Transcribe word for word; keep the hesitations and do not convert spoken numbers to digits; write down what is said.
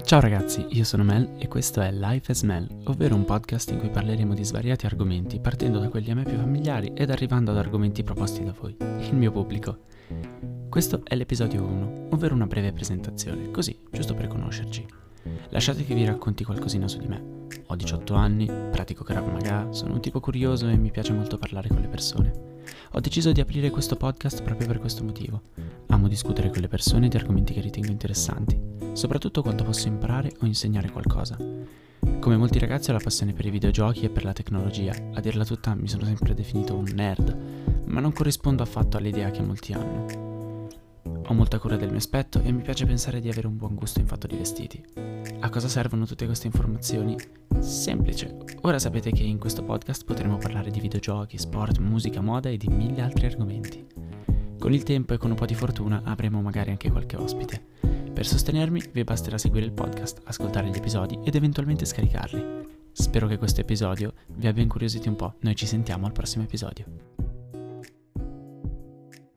Ciao ragazzi, io sono Mel e questo è Life as Mel, ovvero un podcast in cui parleremo di svariati argomenti partendo da quelli a me più familiari ed arrivando ad argomenti proposti da voi, il mio pubblico. Questo è l'episodio uno, ovvero una breve presentazione, così, giusto per conoscerci. Lasciate che vi racconti qualcosina su di me. Ho diciotto anni, pratico Krav Maga, sono un tipo curioso e mi piace molto parlare con le persone. Ho deciso di aprire questo podcast proprio per questo motivo. Amo discutere con le persone di argomenti che ritengo interessanti, soprattutto quando posso imparare o insegnare qualcosa. Come molti ragazzi ho la passione per i videogiochi e per la tecnologia. A dirla tutta mi sono sempre definito un nerd, ma non corrispondo affatto all'idea che molti hanno. Ho molta cura del mio aspetto e mi piace pensare di avere un buon gusto in fatto di vestiti. A cosa servono tutte queste informazioni? Semplice, ora sapete che in questo podcast potremo parlare di videogiochi, sport, musica, moda e di mille altri argomenti. Con il tempo e con un po' di fortuna avremo magari anche qualche ospite. Per sostenermi vi basterà seguire il podcast, ascoltare gli episodi ed eventualmente scaricarli. Spero che questo episodio vi abbia incuriositi un po'. Noi ci sentiamo al prossimo episodio.